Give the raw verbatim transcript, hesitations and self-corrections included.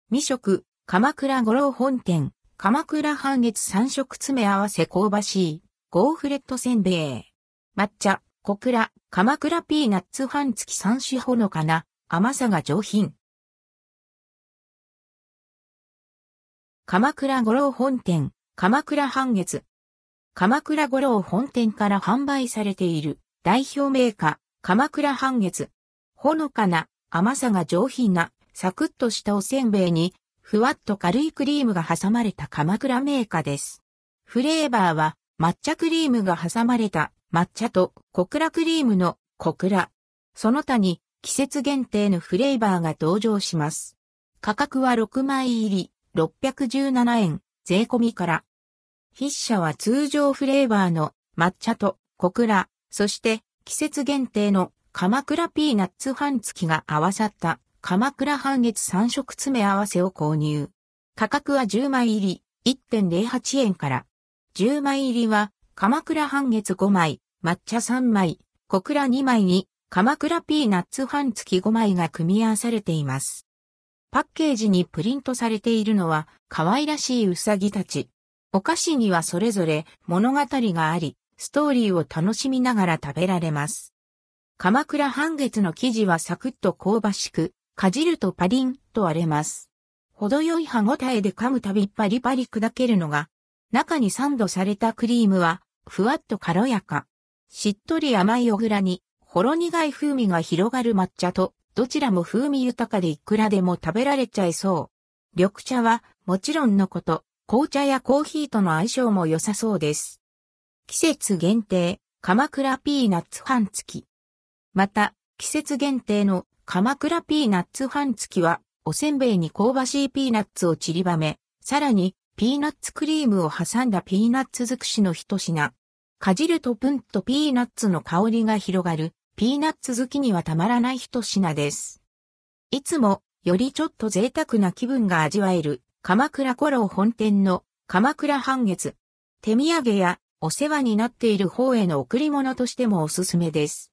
未食、鎌倉五郎本店、鎌倉半月三色詰め合わせ香ばしい、ゴーフレットせんべい。抹茶、小倉、鎌倉ピーナッツ半付きさん種ほのかな、甘さが上品。鎌倉五郎本店、鎌倉半月。鎌倉五郎本店から販売されている代表銘菓、鎌倉半月。ほのかな、甘さが上品な、サクッとしたおせんべいに、ふわっと軽いクリームが挟まれた鎌倉銘菓です。フレーバーは、抹茶クリームが挟まれた抹茶と小倉クリームの小倉。その他に季節限定のフレーバーが登場します。価格はろくまい入りろっぴゃくじゅうななえん税込みから。筆者は通常フレーバーの抹茶と小倉、そして季節限定の鎌倉ピーナッツ半付きが合わさった鎌倉半月さん色詰め合わせを購入。価格はじゅうまい入り いってんぜろはちえんから。じゅうまい入りは鎌倉半月ごまい、抹茶さんまい、小倉にまいに鎌倉ピーナッツ半付きごまいが組み合わされています。パッケージにプリントされているのは可愛らしいうさぎたち。お菓子にはそれぞれ物語があり、ストーリーを楽しみながら食べられます。鎌倉半月の生地はサクッと香ばしく、かじるとパリンと割れます。程よい歯ごたえで噛むたびパリパリ砕けるのが、中にサンドされたクリームは、ふわっと軽やか。しっとり甘い小倉に、ほろ苦い風味が広がる抹茶と、どちらも風味豊かでいくらでも食べられちゃいそう。緑茶は、もちろんのこと、紅茶やコーヒーとの相性も良さそうです。季節限定、鎌倉ピーナッツ半付き。また、季節限定の鎌倉ピーナッツ半付きは、おせんべいに香ばしいピーナッツを散りばめ、さらに、ピーナッツクリームを挟んだピーナッツ尽くしの一品。かじるとプンとピーナッツの香りが広がる、ピーナッツ好きにはたまらない一品です。いつも、よりちょっと贅沢な気分が味わえる、鎌倉五郎本店の鎌倉半月。手土産やお世話になっている方への贈り物としてもおすすめです。